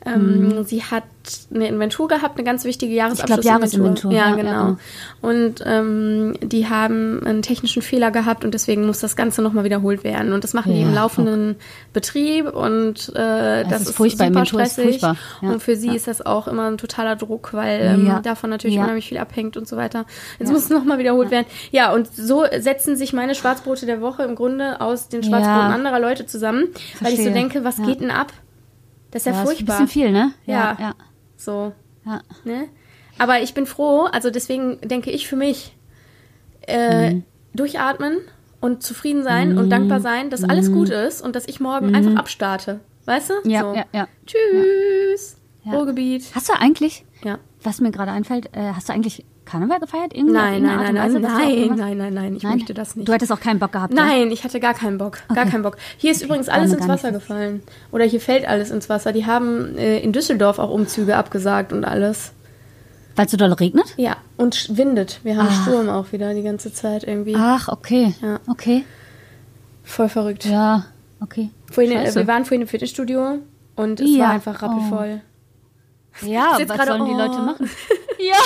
B: Ähm, mhm. Sie hat eine Inventur gehabt, eine ganz wichtige Jahresabschlussinventur.
C: Ich glaube, Jahresinventur.
B: Ja,
C: ja,
B: genau.
C: Ja.
B: Und ähm, die haben einen technischen Fehler gehabt und deswegen muss das Ganze nochmal wiederholt werden. Und das machen
C: ja,
B: die im laufenden
C: okay.
B: Betrieb und äh, das,
C: das
B: ist,
C: ist furchtbar.
B: super
C: Inventur
B: stressig.
C: Ist furchtbar. Ja.
B: Und für sie
C: ja.
B: ist das auch immer ein totaler Druck, weil ähm,
C: ja.
B: davon natürlich
C: ja.
B: unheimlich viel abhängt und so weiter. Jetzt
C: ja.
B: muss es nochmal wiederholt
C: ja.
B: werden. Ja, und so setzen sich meine Schwarzbrote der Woche im Grunde aus den Schwarzbroten
C: ja.
B: anderer Leute zusammen, Verstehe. weil ich so denke, was
C: ja.
B: geht denn ab? Das ist ja,
C: ja
B: furchtbar.
C: Das ist ein bisschen viel, ne?
B: Ja,
C: ja. ja.
B: so.
C: Ja.
B: Ne? Aber ich bin froh, also deswegen denke ich für mich, äh, mhm. durchatmen und zufrieden sein
C: mhm.
B: und dankbar sein, dass mhm. alles gut ist und dass ich morgen mhm. einfach abstarte. Weißt du?
C: Ja,
B: so.
C: ja, ja.
B: Tschüss.
C: Ja.
B: Ruhrgebiet.
C: Hast du eigentlich,
B: ja.
C: was mir gerade einfällt, äh, hast du eigentlich Karneval gefeiert? Irgendwie
B: nein, nein, nein,
C: Weise,
B: nein, nein, nein, nein, nein, ich nein? möchte das nicht.
C: Du hattest auch keinen Bock gehabt?
B: Nein,
C: ja?
B: ich hatte gar keinen Bock, gar
C: okay.
B: keinen Bock. Hier ist
C: okay.
B: übrigens alles
C: ins
B: Wasser gefallen. Oder hier fällt alles ins Wasser. Die haben äh, in Düsseldorf auch Umzüge abgesagt und alles.
C: Weil es so doll regnet?
B: Ja, und windet. Wir haben
C: ah.
B: Sturm auch wieder die ganze Zeit irgendwie.
C: Ach, okay.
B: Ja.
C: Okay.
B: Voll verrückt.
C: Ja, okay.
B: Vorhin, äh, wir waren vorhin im Fitnessstudio und es
C: ja.
B: war einfach rappelvoll.
C: Oh. Ja, was
B: grade,
C: sollen die
B: oh.
C: Leute machen? Ja.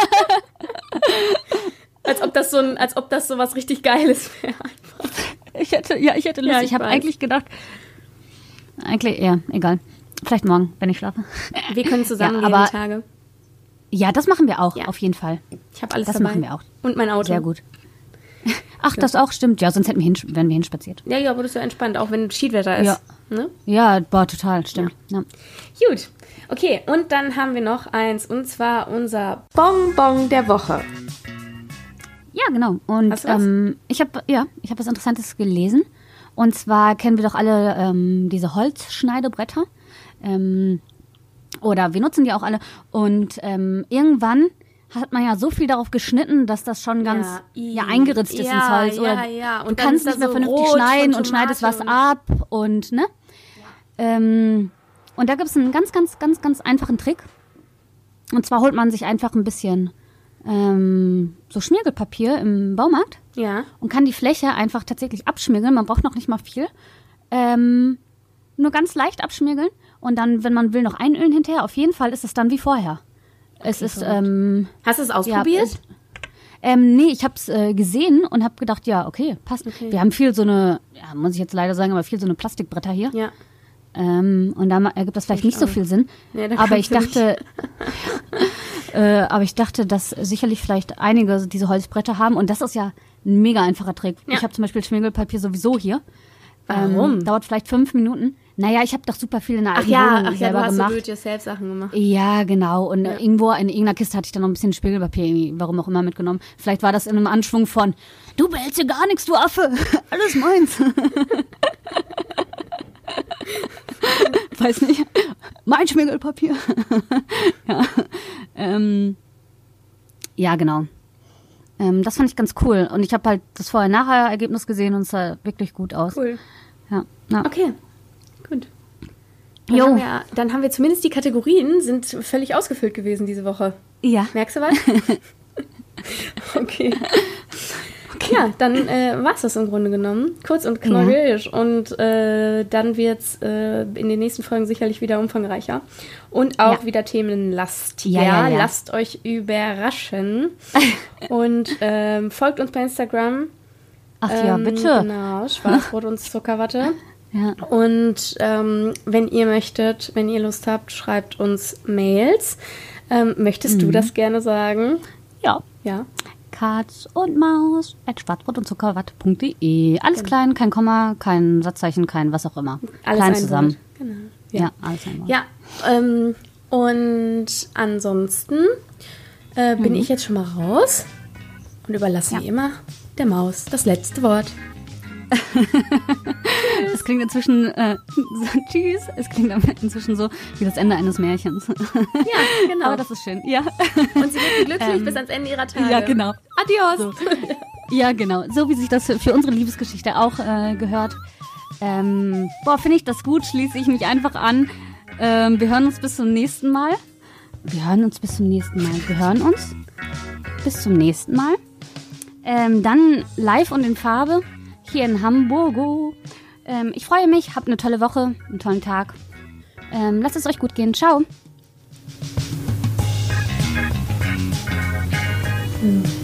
B: als ob das so ein, als ob das so was richtig Geiles wäre.
C: Ich hätte, ja, ich hätte Lust.
B: Ja,
C: ich
B: ich
C: habe eigentlich gedacht, eigentlich, ja, egal. Vielleicht morgen, wenn ich schlafe.
B: Wir können zusammen
C: ja,
B: gehen
C: aber,
B: die Tage.
C: Ja, das machen wir auch,
B: ja.
C: auf jeden Fall.
B: Ich habe alles
C: das
B: dabei.
C: Das machen wir auch.
B: Und mein Auto.
C: Sehr gut. Ach, ja. das auch, stimmt. Ja, sonst hätten wir hin, wären wir hinspaziert.
B: Ja, ja, aber das ist ja entspannt, auch wenn Schiedwetter ist.
C: Ja,
B: ne?
C: ja boah, total, stimmt. Ja.
B: Ja. Gut, okay, und dann haben wir noch eins, und zwar unser Bonbon der Woche.
C: Ja, genau. Und
B: Hast du was?
C: Ähm, ich habe ja, ich habe was Interessantes gelesen. Und zwar kennen wir doch alle ähm, diese Holzschneidebretter. Ähm, oder wir nutzen die auch alle. Und ähm, irgendwann hat man ja so viel darauf geschnitten, dass das schon ganz ja, ja eingeritzt ist
B: ja,
C: ins Holz. Oder
B: ja, ja. Und
C: du kannst nicht mehr
B: so
C: vernünftig schneiden und schneidest was ab. Und ne? Ja. Ähm, und da gibt es einen ganz, ganz, ganz, ganz einfachen Trick. Und zwar holt man sich einfach ein bisschen ähm, so Schmirgelpapier im Baumarkt.
B: Ja.
C: Und kann die Fläche einfach tatsächlich abschmirgeln. Man braucht noch nicht mal viel. Ähm, nur ganz leicht abschmirgeln. Und dann, wenn man will, noch einölen hinterher. Auf jeden Fall ist es dann wie vorher. Okay, es ist, ähm,
B: Hast du es ausprobiert?
C: Ja, ähm, nee, ich habe es äh, gesehen und habe gedacht, ja, okay, passt. Okay. Wir haben viel so eine, ja, muss ich jetzt leider sagen, aber viel so eine Plastikbretter hier.
B: Ja.
C: Ähm, und da ergibt das vielleicht ich nicht auch. so viel Sinn.
B: Nee,
C: aber ich dachte, äh, aber ich dachte, dass sicherlich vielleicht einige diese Holzbretter haben. Und das ist ja ein mega einfacher Trick. Ja. Ich habe zum Beispiel Schmirgelpapier sowieso hier.
B: Warum?
C: Ähm, dauert vielleicht fünf Minuten. Naja, ich habe doch super viel in der
B: ach
C: alten
B: ja,
C: Wohnung
B: ach ja,
C: selber
B: du hast
C: gemacht.
B: so Do-it-yourself-Sachen gemacht.
C: Ja, genau. Und
B: ja.
C: irgendwo in irgendeiner Kiste hatte ich dann noch ein bisschen Spiegelpapier, warum auch immer, mitgenommen. Vielleicht war das in einem Anschwung von, du behältst hier gar nichts, du Affe. Alles meins. Weiß nicht. Mein Schmirgelpapier. ja. Ähm, ja, genau. Ähm, das fand ich ganz cool. Und ich habe halt das Vorher-Nachher-Ergebnis gesehen und es sah wirklich gut aus.
B: Cool.
C: Ja. ja.
B: Okay, gut. Dann haben, wir, dann haben wir zumindest die Kategorien sind völlig ausgefüllt gewesen diese Woche.
C: Ja.
B: Merkst du was? okay. Okay. Ja, dann äh, war es das im Grunde genommen. Kurz und knackig. Ja. Und äh, dann wird es äh, in den nächsten Folgen sicherlich wieder umfangreicher. Und auch ja. wieder themenlastiger.
C: Ja, ja, ja.
B: Lasst euch überraschen. Und ähm, folgt uns bei Instagram.
C: Ach ja,
B: ähm,
C: bitte.
B: Genau, Schwarzbrot und Zuckerwatte.
C: Ja.
B: Und ähm, wenn ihr möchtet, wenn ihr Lust habt, schreibt uns Mails. Ähm, möchtest mhm. du das gerne sagen?
C: Ja.
B: Ja.
C: Katz und Maus at schwarzbrot und zuckerwatte punkt de. Alles genau. klein, kein Komma, kein Satzzeichen, kein was auch immer.
B: Alles
C: klein zusammen.
B: Genau.
C: Ja, ja alles ein Wort.
B: Ja, ähm, und ansonsten äh, bin mhm. ich jetzt schon mal raus und überlasse ja. wie immer der Maus das letzte Wort.
C: Es klingt inzwischen äh, so, tschüss. Es klingt inzwischen so wie das Ende eines Märchens.
B: Ja, genau.
C: Aber das ist schön. Ja.
B: Und sie wird glücklich ähm, bis ans Ende ihrer Tage.
C: Ja, genau.
B: Adios.
C: So. Ja, genau. So wie sich das für, für unsere Liebesgeschichte auch äh, gehört. Ähm, boah, finde ich das gut. Schließe ich mich einfach an. Ähm, wir hören uns bis zum nächsten Mal. Wir hören uns bis zum nächsten Mal. Wir hören uns bis zum nächsten Mal. Ähm, dann live und in Farbe. Hier in Hamburg. Ähm, ich freue mich, habt eine tolle Woche, einen tollen Tag. Ähm, lasst es euch gut gehen. Ciao.
B: Mhm.